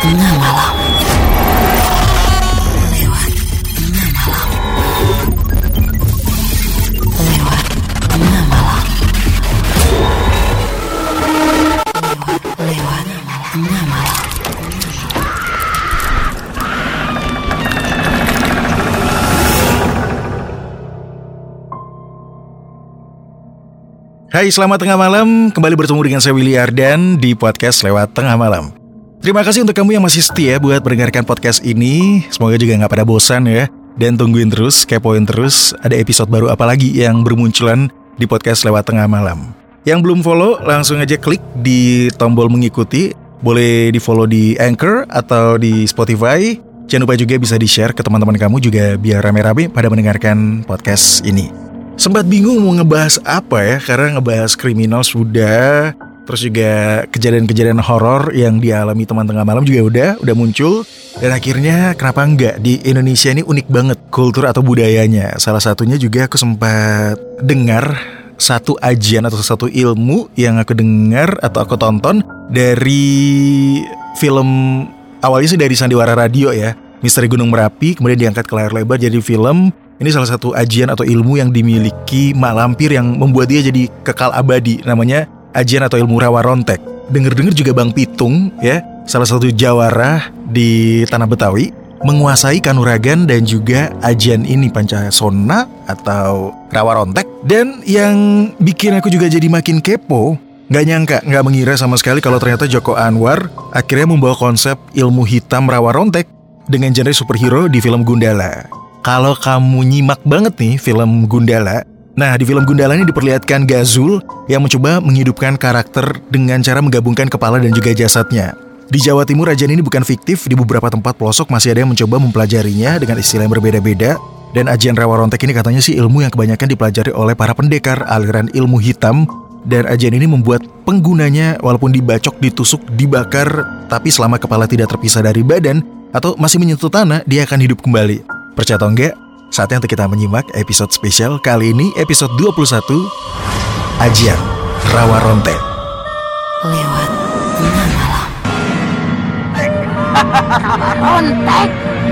Tengah malam. Hai, selamat tengah malam. Kembali bertemu dengan saya Willy Ardan di podcast Lewat Tengah Malam. Terima kasih untuk kamu yang masih setia buat mendengarkan podcast ini. Semoga juga gak pada bosan ya. Dan tungguin terus, kepoin terus ada episode baru apa lagi yang bermunculan di podcast Lewat Tengah Malam. Yang belum follow, langsung aja klik di tombol mengikuti. Boleh di follow di Anchor atau di Spotify. Jangan lupa juga bisa di-share ke teman-teman kamu juga biar rame-rame pada mendengarkan podcast ini. Sempat bingung mau ngebahas apa ya, karena ngebahas kriminal sudah, terus juga kejadian-kejadian horor yang dialami teman tengah malam juga udah muncul. Dan akhirnya kenapa enggak, di Indonesia ini unik banget kultur atau budayanya. Salah satunya juga aku sempat dengar satu ajian atau satu ilmu yang aku dengar atau aku tonton dari film, awalnya sih dari Sandiwara Radio ya, Misteri Gunung Merapi, kemudian diangkat ke layar lebar jadi film. Ini salah satu ajian atau ilmu yang dimiliki mak lampir yang membuat dia jadi kekal abadi. Namanya ajian atau ilmu rawa rontek. Dengar-dengar juga Bang Pitung ya, salah satu jawara di Tanah Betawi, menguasai kanuragan dan juga ajian ini, pancasona atau rawa rontek. Dan yang bikin aku juga jadi makin kepo, gak nyangka, gak mengira sama sekali kalau ternyata Joko Anwar akhirnya membawa konsep ilmu hitam rawa rontek dengan genre superhero di film Gundala. Kalau kamu nyimak banget nih film Gundala, nah di film Gundala ini diperlihatkan Gazul yang mencoba menghidupkan karakter dengan cara menggabungkan kepala dan juga jasadnya. Di Jawa Timur ajian ini bukan fiktif, di beberapa tempat pelosok masih ada yang mencoba mempelajarinya dengan istilah yang berbeda-beda. Dan ajian rawa rontek ini katanya sih ilmu yang kebanyakan dipelajari oleh para pendekar aliran ilmu hitam. Dan ajian ini membuat penggunanya walaupun dibacok, ditusuk, dibakar, tapi selama kepala tidak terpisah dari badan atau masih menyentuh tanah, dia akan hidup kembali. Percaya atau enggak, saatnya untuk kita menyimak episode spesial kali ini, episode 21, Ajian Rawa Rontek. Lewat Tengah Malam. Rontek.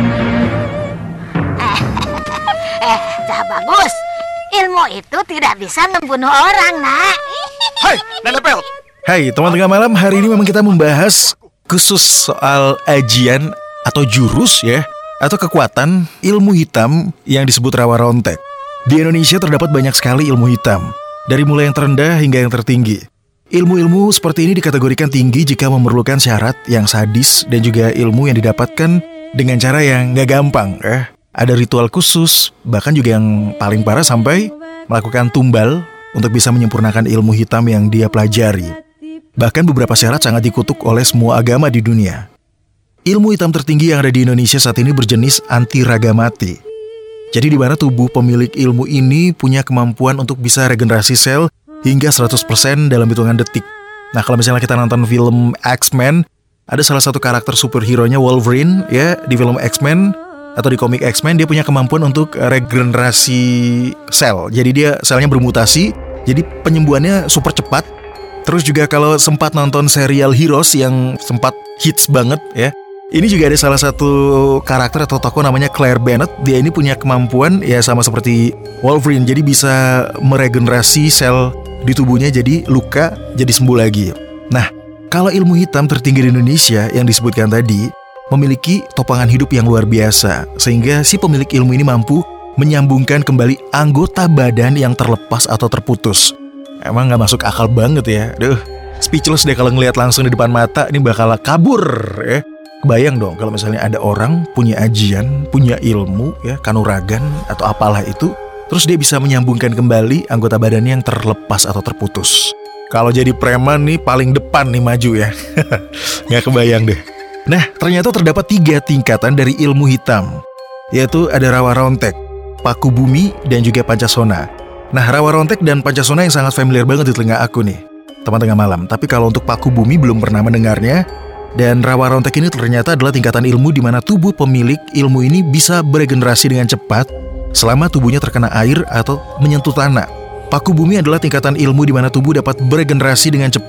Dah bagus. Ilmu itu tidak bisa membunuh orang, nak. Hai, Nenek Pel. Hai, teman tengah malam, hari ini memang kita membahas khusus soal ajian atau jurus ya, atau kekuatan ilmu hitam yang disebut rawa rontek. Di Indonesia terdapat banyak sekali ilmu hitam, dari mulai yang terendah hingga yang tertinggi. Ilmu-ilmu seperti ini dikategorikan tinggi jika memerlukan syarat yang sadis dan juga ilmu yang didapatkan dengan cara yang gak gampang. Ada ritual khusus, bahkan juga yang paling parah sampai melakukan tumbal untuk bisa menyempurnakan ilmu hitam yang dia pelajari. Bahkan beberapa syarat sangat dikutuk oleh semua agama di dunia. Ilmu hitam tertinggi yang ada di Indonesia saat ini berjenis anti raga mati. Jadi di mana tubuh pemilik ilmu ini punya kemampuan untuk bisa regenerasi sel hingga 100% dalam hitungan detik. Nah, kalau misalnya kita nonton film X-Men, ada salah satu karakter superhero-nya Wolverine ya, di film X-Men atau di komik X-Men, dia punya kemampuan untuk regenerasi sel. Jadi dia selnya bermutasi, jadi penyembuhannya super cepat. Terus juga kalau sempat nonton serial Heroes yang sempat hits banget ya, ini juga ada salah satu karakter atau tokoh namanya Claire Bennett. Dia ini punya kemampuan ya sama seperti Wolverine. Jadi bisa meregenerasi sel di tubuhnya, jadi luka jadi sembuh lagi. Nah, kalau ilmu hitam tertinggi di Indonesia yang disebutkan tadi memiliki topangan hidup yang luar biasa, sehingga si pemilik ilmu ini mampu menyambungkan kembali anggota badan yang terlepas atau terputus. Emang gak masuk akal banget ya. Duh, speechless deh kalau ngelihat langsung di depan mata. Ini bakal kabur ya. Kebayang dong kalau misalnya ada orang punya ajian, punya ilmu ya, kanuragan atau apalah itu, terus dia bisa menyambungkan kembali anggota badannya yang terlepas atau terputus. Kalau jadi preman nih paling depan nih maju ya. Nggak kebayang deh. Nah, ternyata terdapat 3 tingkatan dari ilmu hitam, yaitu ada rawa rontek, paku bumi, dan juga pancasona. Nah, rawa rontek dan pancasona yang sangat familiar banget di telinga aku nih, teman tengah malam. Tapi kalau untuk paku bumi belum pernah mendengarnya. Dan rawa rontek ini ternyata adalah tingkatan ilmu di mana tubuh pemilik ilmu ini bisa beregenerasi dengan cepat selama tubuhnya terkena air atau menyentuh tanah. Paku bumi adalah tingkatan ilmu di mana tubuh dapat beregenerasi dengan cepat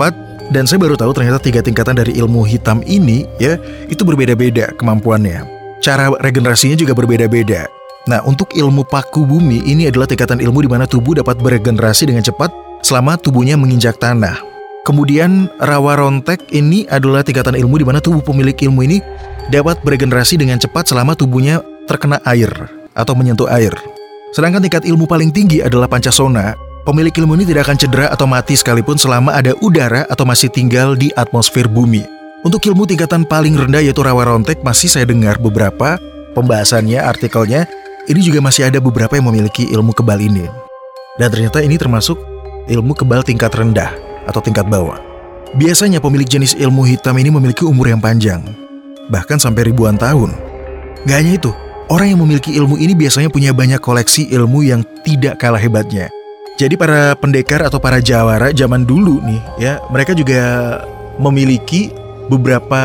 Dan saya baru tahu ternyata 3 tingkatan dari ilmu hitam ini ya, itu berbeda-beda kemampuannya. Cara regenerasinya juga berbeda-beda. Nah, untuk ilmu paku bumi ini adalah tingkatan ilmu di mana tubuh dapat beregenerasi dengan cepat selama tubuhnya menginjak tanah. Kemudian rawa rontek ini adalah tingkatan ilmu di mana tubuh pemilik ilmu ini dapat beregenerasi dengan cepat selama tubuhnya terkena air atau menyentuh air. Sedangkan tingkat ilmu paling tinggi adalah pancasona. Pemilik ilmu ini tidak akan cedera atau mati sekalipun selama ada udara atau masih tinggal di atmosfer bumi. Untuk ilmu tingkatan paling rendah yaitu rawa rontek, masih saya dengar beberapa pembahasannya, artikelnya. Ini juga masih ada beberapa yang memiliki ilmu kebal ini. Dan ternyata ini termasuk ilmu kebal tingkat rendah atau tingkat bawah. Biasanya pemilik jenis ilmu hitam ini memiliki umur yang panjang, bahkan sampai ribuan tahun. Gak hanya itu, orang yang memiliki ilmu ini biasanya punya banyak koleksi ilmu yang tidak kalah hebatnya. Jadi para pendekar atau para jawara zaman dulu nih ya, mereka juga memiliki beberapa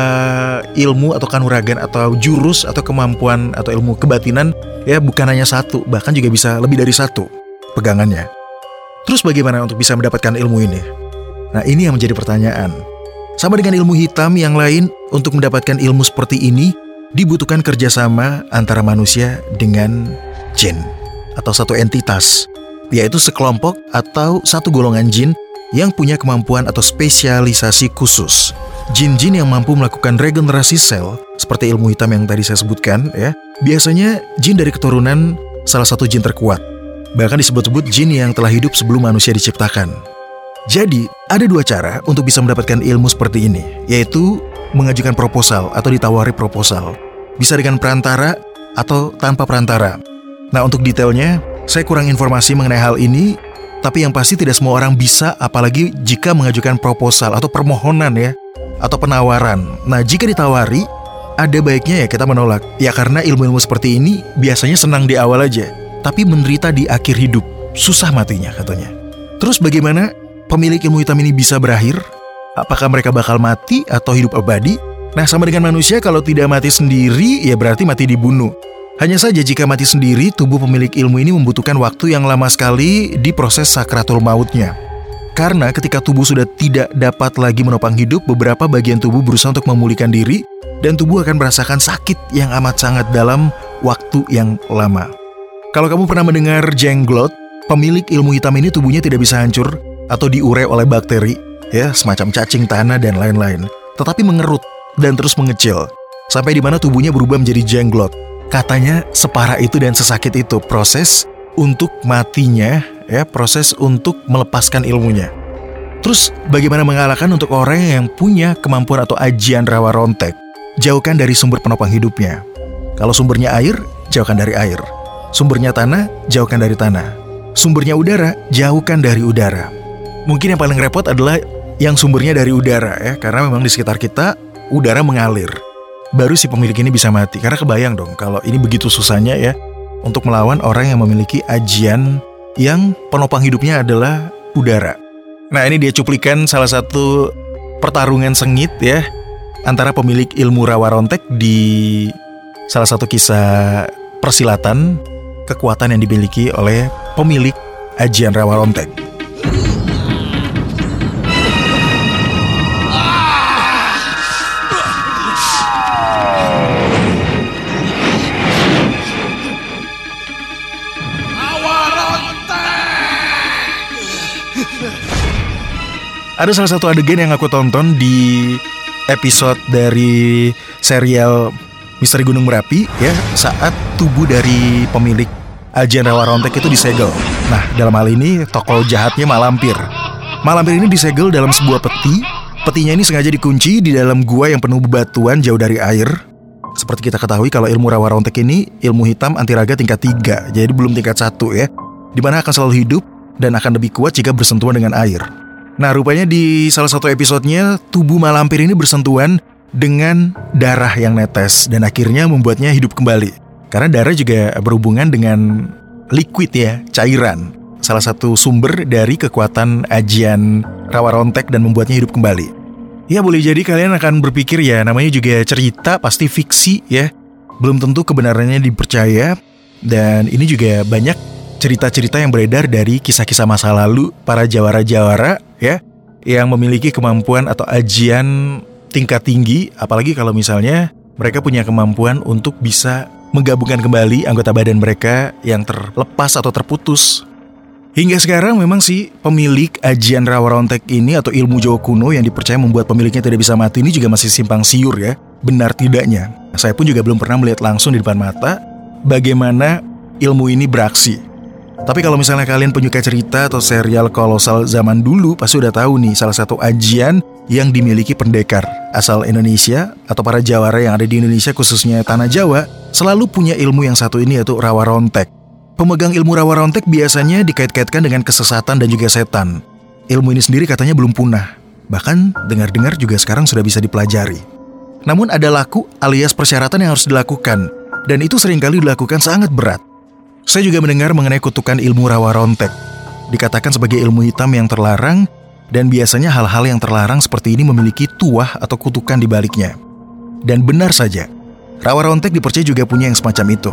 ilmu atau kanuragan atau jurus atau kemampuan atau ilmu kebatinan ya, bukan hanya satu, bahkan juga bisa lebih dari satu pegangannya. Terus bagaimana untuk bisa mendapatkan ilmu ini? Nah, ini yang menjadi pertanyaan. Sama dengan ilmu hitam yang lain, untuk mendapatkan ilmu seperti ini dibutuhkan kerjasama antara manusia dengan jin atau satu entitas, yaitu sekelompok atau satu golongan jin yang punya kemampuan atau spesialisasi khusus. Jin-jin yang mampu melakukan regenerasi sel seperti ilmu hitam yang tadi saya sebutkan ya, biasanya jin dari keturunan salah satu jin terkuat. Bahkan disebut-sebut jin yang telah hidup sebelum manusia diciptakan. Jadi, ada 2 cara untuk bisa mendapatkan ilmu seperti ini, yaitu mengajukan proposal atau ditawari proposal. Bisa dengan perantara atau tanpa perantara. Nah, untuk detailnya, saya kurang informasi mengenai hal ini, tapi yang pasti tidak semua orang bisa, apalagi jika mengajukan proposal atau permohonan ya, atau penawaran. Nah, jika ditawari, ada baiknya ya kita menolak. Ya karena ilmu-ilmu seperti ini biasanya senang di awal aja, tapi menderita di akhir hidup, susah matinya katanya. Terus bagaimana pemilik ilmu hitam ini bisa berakhir? Apakah mereka bakal mati atau hidup abadi? Nah, sama dengan manusia, kalau tidak mati sendiri, ya berarti mati dibunuh. Hanya saja jika mati sendiri, tubuh pemilik ilmu ini membutuhkan waktu yang lama sekali di proses sakratul mautnya. Karena ketika tubuh sudah tidak dapat lagi menopang hidup, beberapa bagian tubuh berusaha untuk memulihkan diri, dan tubuh akan merasakan sakit yang amat sangat dalam waktu yang lama. Kalau kamu pernah mendengar jenglot, pemilik ilmu hitam ini tubuhnya tidak bisa hancur atau diurai oleh bakteri, ya semacam cacing tanah dan lain-lain, tetapi mengerut dan terus mengecil, sampai di mana tubuhnya berubah menjadi jenglot. Katanya separah itu dan sesakit itu proses untuk matinya, ya proses untuk melepaskan ilmunya. Terus bagaimana mengalahkan untuk orang yang punya kemampuan atau ajian rawa rontek? Jauhkan dari sumber penopang hidupnya. Kalau sumbernya air, jauhkan dari air. Sumbernya tanah, jauhkan dari tanah. Sumbernya udara, jauhkan dari udara. Mungkin yang paling repot adalah yang sumbernya dari udara ya, karena memang di sekitar kita udara mengalir. Baru si pemilik ini bisa mati. Karena kebayang dong kalau ini begitu susahnya ya untuk melawan orang yang memiliki ajian yang penopang hidupnya adalah udara. Nah, ini dia cuplikan salah satu pertarungan sengit ya antara pemilik ilmu rawa rontek di salah satu kisah persilatan, kekuatan yang dimiliki oleh pemilik ajian rawa rontek. Ada salah satu adegan yang aku tonton di episode dari serial Misteri Gunung Merapi ya, saat tubuh dari pemilik ajian rawa rontek itu disegel. Nah, dalam hal ini tokoh jahatnya Malampir. Malampir ini disegel dalam sebuah peti. Petinya ini sengaja dikunci di dalam gua yang penuh bebatuan jauh dari air. Seperti kita ketahui kalau ilmu rawa rontek ini ilmu hitam antiraga tingkat 3, jadi belum tingkat 1 ya, dimana akan selalu hidup dan akan lebih kuat jika bersentuhan dengan air. Nah, rupanya di salah satu episodenya tubuh Malampir ini bersentuhan dengan darah yang netes dan akhirnya membuatnya hidup kembali. Karena darah juga berhubungan dengan liquid ya, cairan. Salah satu sumber dari kekuatan ajian rawa rontek dan membuatnya hidup kembali. Ya, boleh jadi kalian akan berpikir ya, namanya juga cerita, pasti fiksi ya. Belum tentu kebenarannya dipercaya. Dan ini juga banyak cerita-cerita yang beredar dari kisah-kisah masa lalu para jawara-jawara ya, yang memiliki kemampuan atau ajian tingkat tinggi, apalagi kalau misalnya mereka punya kemampuan untuk bisa menggabungkan kembali anggota badan mereka yang terlepas atau terputus. Hingga sekarang memang sih pemilik ajian rawa rontek ini atau ilmu Jawa kuno yang dipercaya membuat pemiliknya tidak bisa mati ini juga masih simpang siur ya, benar tidaknya. Saya pun juga belum pernah melihat langsung di depan mata bagaimana ilmu ini beraksi. Tapi kalau misalnya kalian penyuka cerita atau serial kolosal zaman dulu pasti udah tahu nih salah satu ajian yang dimiliki pendekar asal Indonesia atau para jawara yang ada di Indonesia khususnya Tanah Jawa selalu punya ilmu yang satu ini yaitu rawa rontek. Pemegang ilmu rawa rontek biasanya dikait-kaitkan dengan kesesatan dan juga setan. Ilmu ini sendiri katanya belum punah. Bahkan dengar-dengar juga sekarang sudah bisa dipelajari. Namun ada laku alias persyaratan yang harus dilakukan. Dan itu seringkali dilakukan sangat berat. Saya juga mendengar mengenai kutukan ilmu rawa rontek. Dikatakan sebagai ilmu hitam yang terlarang. Dan biasanya hal-hal yang terlarang seperti ini memiliki tuah atau kutukan di baliknya. Dan benar saja, rawa rontek dipercaya juga punya yang semacam itu.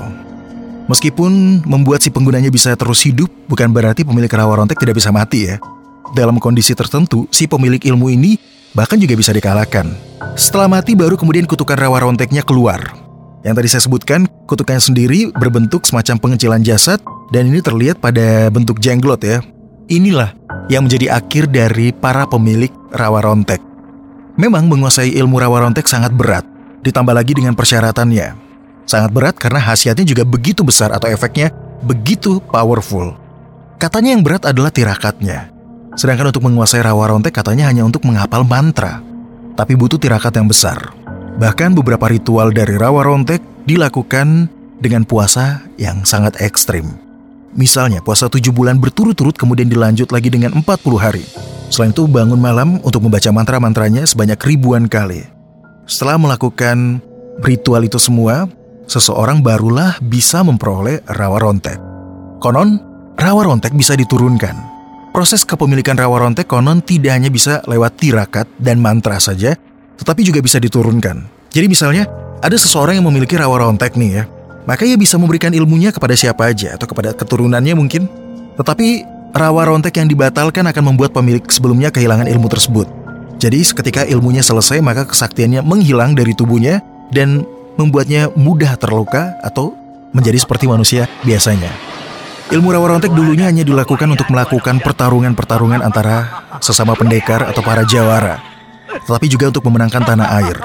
Meskipun membuat si penggunanya bisa terus hidup, bukan berarti pemilik rawa rontek tidak bisa mati ya. Dalam kondisi tertentu, si pemilik ilmu ini bahkan juga bisa dikalahkan. Setelah mati baru kemudian kutukan rawa ronteknya keluar. Yang tadi saya sebutkan, kutukannya sendiri berbentuk semacam pengecilan jasad dan ini terlihat pada bentuk jenglot ya. Inilah yang menjadi akhir dari para pemilik rawa rontek. Memang menguasai ilmu rawa rontek sangat berat, ditambah lagi dengan persyaratannya. Sangat berat karena khasiatnya juga begitu besar atau efeknya begitu powerful. Katanya yang berat adalah tirakatnya. Sedangkan untuk menguasai rawa rontek katanya hanya untuk menghafal mantra. Tapi butuh tirakat yang besar. Bahkan beberapa ritual dari rawa rontek dilakukan dengan puasa yang sangat ekstrim. Misalnya puasa 7 bulan berturut-turut kemudian dilanjut lagi dengan 40 hari. Selain itu bangun malam untuk membaca mantra-mantranya sebanyak ribuan kali. Setelah melakukan ritual itu semua, seseorang barulah bisa memperoleh rawa rontek. Konon, rawa rontek bisa diturunkan. Proses kepemilikan rawa rontek konon tidak hanya bisa lewat tirakat dan mantra saja, tetapi juga bisa diturunkan. Jadi misalnya, ada seseorang yang memiliki rawa rontek nih ya, maka ia bisa memberikan ilmunya kepada siapa aja atau kepada keturunannya mungkin. Tetapi rawa rontek yang dibatalkan akan membuat pemilik sebelumnya kehilangan ilmu tersebut. Jadi ketika ilmunya selesai maka kesaktiannya menghilang dari tubuhnya dan membuatnya mudah terluka atau menjadi seperti manusia biasanya. Ilmu rawa rontek dulunya hanya dilakukan untuk melakukan pertarungan-pertarungan antara sesama pendekar atau para jawara, tetapi juga untuk memenangkan tanah air.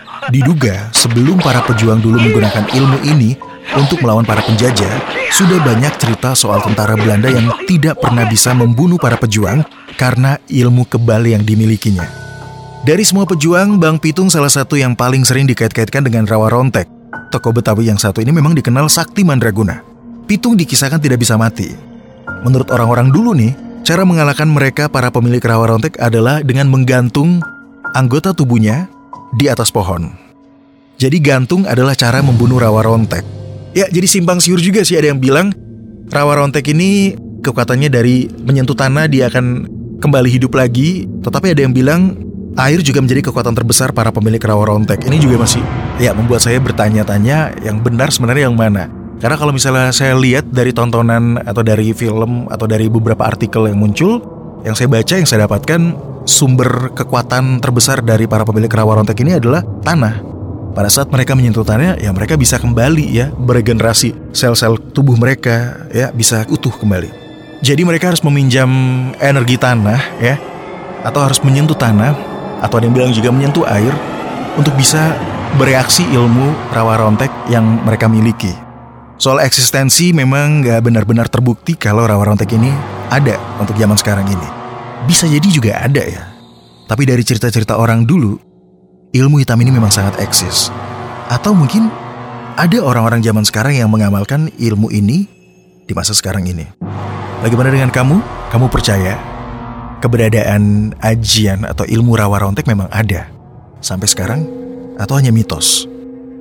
Diduga sebelum para pejuang dulu menggunakan ilmu ini untuk melawan para penjajah, sudah banyak cerita soal tentara Belanda yang tidak pernah bisa membunuh para pejuang karena ilmu kebal yang dimilikinya. Dari semua pejuang, Bang Pitung salah satu yang paling sering dikait-kaitkan dengan rawa rontek. Tokoh Betawi yang satu ini memang dikenal sakti mandraguna. Pitung dikisahkan tidak bisa mati. Menurut orang-orang dulu nih, cara mengalahkan mereka para pemilik rawa rontek adalah dengan menggantung anggota tubuhnya di atas pohon. Jadi gantung adalah cara membunuh rawa rontek. Ya, jadi simpang siur juga sih, ada yang bilang rawa rontek ini kekuatannya dari menyentuh tanah dia akan kembali hidup lagi. Tetapi ada yang bilang air juga menjadi kekuatan terbesar para pemilik rawa rontek. Ini juga masih membuat saya bertanya-tanya yang benar sebenarnya yang mana. Karena kalau misalnya saya lihat dari tontonan atau dari film atau dari beberapa artikel yang muncul, yang saya baca, yang saya dapatkan, sumber kekuatan terbesar dari para pemilik rawa rontek ini adalah tanah. Pada saat mereka menyentuh tanah, ya mereka bisa kembali ya beregenerasi. Sel-sel tubuh mereka ya bisa utuh kembali. Jadi mereka harus meminjam energi tanah ya, atau harus menyentuh tanah, atau ada yang bilang juga menyentuh air untuk bisa bereaksi ilmu rawa rontek yang mereka miliki. Soal eksistensi memang gak benar-benar terbukti kalau rawa rontek ini ada untuk zaman sekarang ini. Bisa jadi juga ada ya. Tapi dari cerita-cerita orang dulu, ilmu hitam ini memang sangat eksis. Atau mungkin ada orang-orang zaman sekarang yang mengamalkan ilmu ini di masa sekarang ini. Bagaimana dengan kamu? Kamu percaya keberadaan ajian atau ilmu rawa rontek memang ada sampai sekarang? Atau hanya mitos?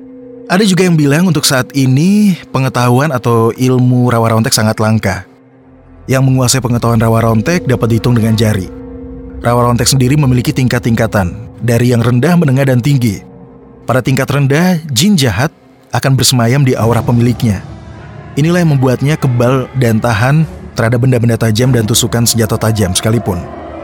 Ada juga yang bilang untuk saat ini pengetahuan atau ilmu rawa rontek sangat langka. Yang menguasai pengetahuan rawa rontek dapat dihitung dengan jari. Rawa rontek sendiri memiliki tingkat-tingkatan, dari yang rendah, menengah, dan tinggi. Pada tingkat rendah, jin jahat akan bersemayam di aura pemiliknya. Inilah yang membuatnya kebal dan tahan terhadap benda-benda tajam dan tusukan senjata tajam sekalipun.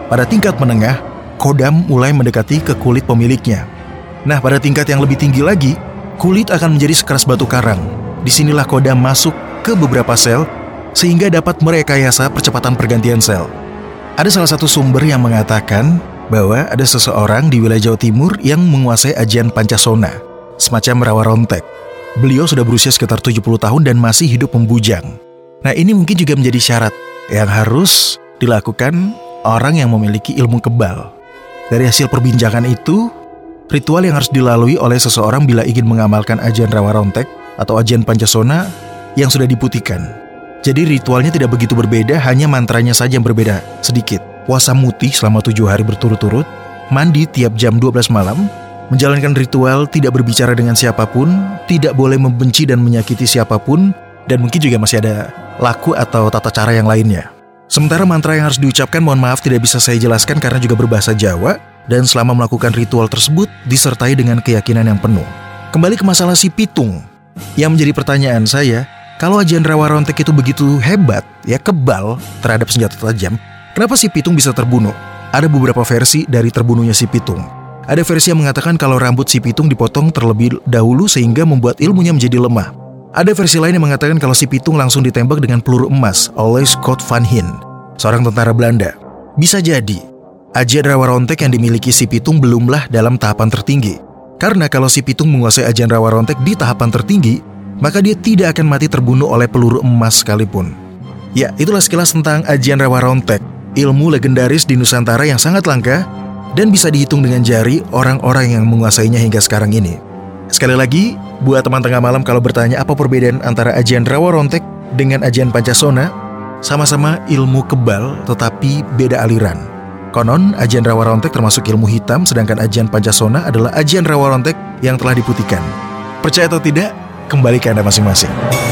Pada tingkat menengah, kodam mulai mendekati ke kulit pemiliknya. Nah, pada tingkat yang lebih tinggi lagi, kulit akan menjadi sekeras batu karang. Disinilah kodam masuk ke beberapa sel sehingga dapat merekayasa percepatan pergantian sel. Ada salah satu sumber yang mengatakan bahwa ada seseorang di wilayah Jawa Timur yang menguasai ajian Pancasona, semacam rawa rontek. Beliau sudah berusia sekitar 70 tahun dan masih hidup membujang. Nah, ini mungkin juga menjadi syarat yang harus dilakukan orang yang memiliki ilmu kebal. Dari hasil perbincangan itu, ritual yang harus dilalui oleh seseorang bila ingin mengamalkan ajian rawa rontek atau ajian Pancasona yang sudah diputihkan. Jadi ritualnya tidak begitu berbeda, hanya mantranya saja yang berbeda sedikit. Puasa mutih selama 7 hari berturut-turut, mandi tiap jam 12 malam, menjalankan ritual tidak berbicara dengan siapapun, tidak boleh membenci dan menyakiti siapapun, dan mungkin juga masih ada laku atau tata cara yang lainnya. Sementara mantra yang harus diucapkan, mohon maaf tidak bisa saya jelaskan karena juga berbahasa Jawa, dan selama melakukan ritual tersebut disertai dengan keyakinan yang penuh. Kembali ke masalah si pitung. Yang menjadi pertanyaan saya, kalau ajian rawa rontek itu begitu hebat, ya kebal terhadap senjata tajam, kenapa si pitung bisa terbunuh? Ada beberapa versi dari terbunuhnya si pitung. Ada versi yang mengatakan kalau rambut si pitung dipotong terlebih dahulu sehingga membuat ilmunya menjadi lemah. Ada versi lain yang mengatakan kalau si pitung langsung ditembak dengan peluru emas oleh Scott Van Hien, seorang tentara Belanda. Bisa jadi, ajian rawa rontek yang dimiliki si pitung belumlah dalam tahapan tertinggi. Karena kalau si pitung menguasai ajian rawa rontek di tahapan tertinggi, maka dia tidak akan mati terbunuh oleh peluru emas sekalipun. Ya, itulah sekilas tentang ajian rawa rontek, ilmu legendaris di Nusantara yang sangat langka dan bisa dihitung dengan jari orang-orang yang menguasainya hingga sekarang ini. Sekali lagi, buat teman tengah malam kalau bertanya apa perbedaan antara ajian rawa rontek dengan ajian Pancasona, sama-sama ilmu kebal tetapi beda aliran. Konon, ajian rawa rontek termasuk ilmu hitam, sedangkan ajian Pancasona adalah ajian rawa rontek yang telah diputihkan. Percaya atau tidak, kembali ke Anda masing-masing.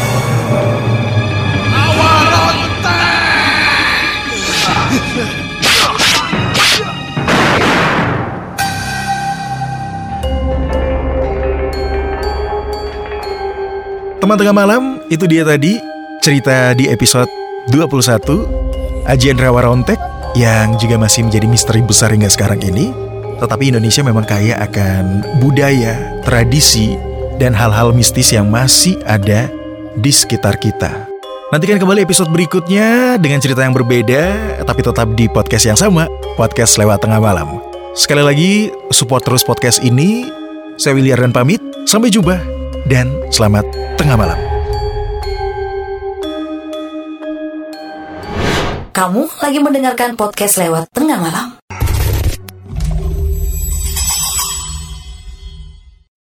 Teman tengah malam, itu dia tadi cerita di episode 21 ajian rawa rontek yang juga masih menjadi misteri besar hingga sekarang ini. Tetapi Indonesia memang kaya akan budaya, tradisi, dan hal-hal mistis yang masih ada di sekitar kita. Nantikan kembali episode berikutnya dengan cerita yang berbeda, tapi tetap di podcast yang sama, Podcast Lewat Tengah Malam. Sekali lagi, support terus podcast ini. Saya Willy Ardan pamit, sampai jumpa, dan selamat tengah malam. Kamu lagi mendengarkan podcast Lewat Tengah Malam.